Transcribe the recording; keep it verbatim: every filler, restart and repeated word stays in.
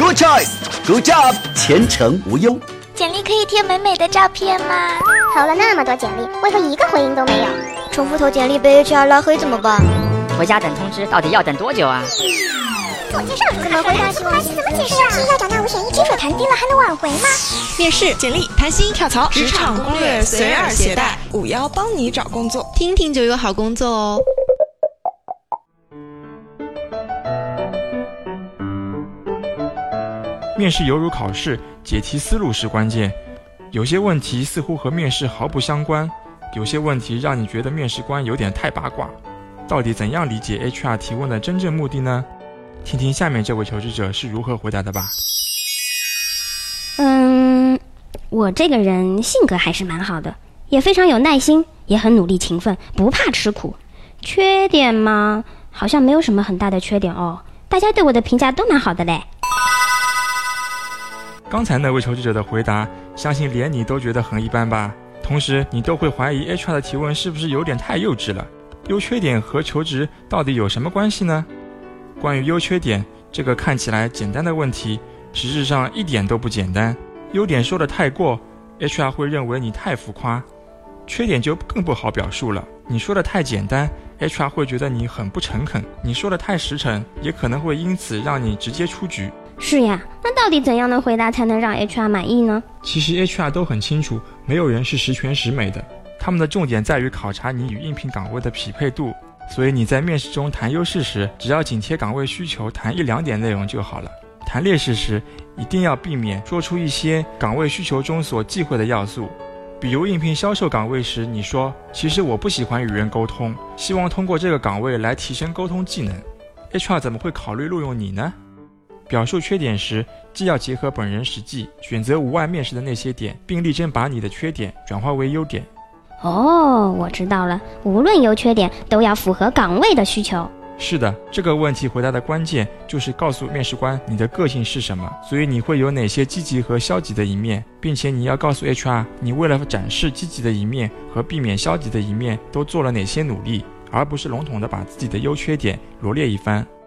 Good choice, good job， 前程无忧。 简历可以贴美美的照片吗？ 投了那么多简历，为何一个回应都没有？ 重复投简历被 H R 拉黑怎么办？ 回家等通知，到底要等多久啊？ 自我介绍怎么回答？怎么解释啊？要找那五选一，金水谈低了还能挽回吗？ 面试、简历、谈薪、跳槽、职场攻略随耳携带，五幺帮你找工作， 听听就有好工作哦。 面试犹如考试，解题思路是关键。有些问题似乎和面试毫不相关，有些问题让你觉得面试官有点太八卦。到底怎样理解 H R 提问的真正目的呢？听听下面这位求职者是如何回答的吧。 嗯，我这个人性格还是蛮好的，也非常有耐心，也很努力勤奋，不怕吃苦。缺点嘛，好像没有什么很大的缺点哦，大家对我的评价都蛮好的嘞。 刚才那位求职者的回答，相信连你都觉得很一般吧。同时你都会怀疑 H R 的提问是不是有点太幼稚了。优缺点和求职到底有什么关系呢？关于优缺点这个看起来简单的问题，实质上一点都不简单。优点说的太过， H R 会认为你太浮夸，缺点就更不好表述了。你说的太简单， H R 会觉得你很不诚恳，你说的太实诚，也可能会因此让你直接出局。 是呀，那到底怎样的回答才能让 H R 满意呢？ 其实 H R 都很清楚，没有人是十全十美的，他们的重点在于考察你与应聘岗位的匹配度。所以你在面试中谈优势时，只要紧贴岗位需求，谈一两点内容就好了。谈劣势时，一定要避免说出一些岗位需求中所忌讳的要素。比如应聘销售岗位时，你说其实我不喜欢与人沟通，希望通过这个岗位来提升沟通技能。 H R 怎么会考虑录用你呢？表述缺点时，既要结合本人实际，选择无外面试的那些点，并力争把你的缺点转化为优点。 哦，我知道了，无论优缺点都要符合岗位的需求。 是的，这个问题回答的关键就是告诉面试官你的个性是什么，所以你会有哪些积极和消极的一面，并且你要告诉 H R 你为了展示积极的一面和避免消极的一面都做了哪些努力，而不是笼统的把自己的优缺点罗列一番。